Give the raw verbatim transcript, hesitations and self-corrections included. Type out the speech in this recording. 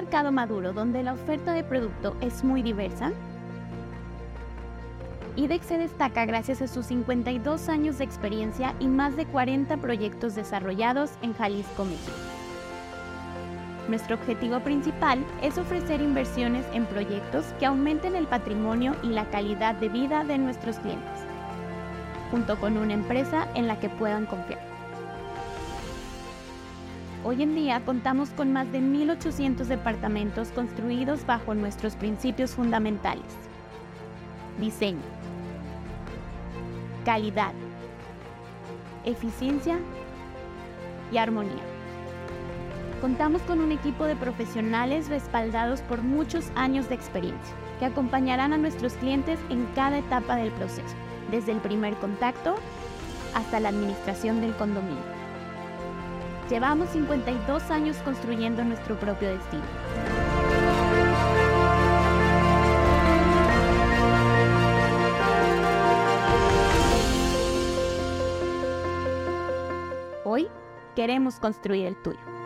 mercado maduro donde la oferta de producto es muy diversa? IDEX se destaca gracias a sus cincuenta y dos años de experiencia y más de cuarenta proyectos desarrollados en Jalisco, México. Nuestro objetivo principal es ofrecer inversiones en proyectos que aumenten el patrimonio y la calidad de vida de nuestros clientes, junto con una empresa en la que puedan confiar. Hoy en día contamos con más de mil ochocientos departamentos construidos bajo nuestros principios fundamentales: diseño, calidad, eficiencia y armonía. Contamos con un equipo de profesionales respaldados por muchos años de experiencia, que acompañarán a nuestros clientes en cada etapa del proceso, desde el primer contacto hasta la administración del condominio. Llevamos cincuenta y dos años construyendo nuestro propio destino. Hoy queremos construir el tuyo.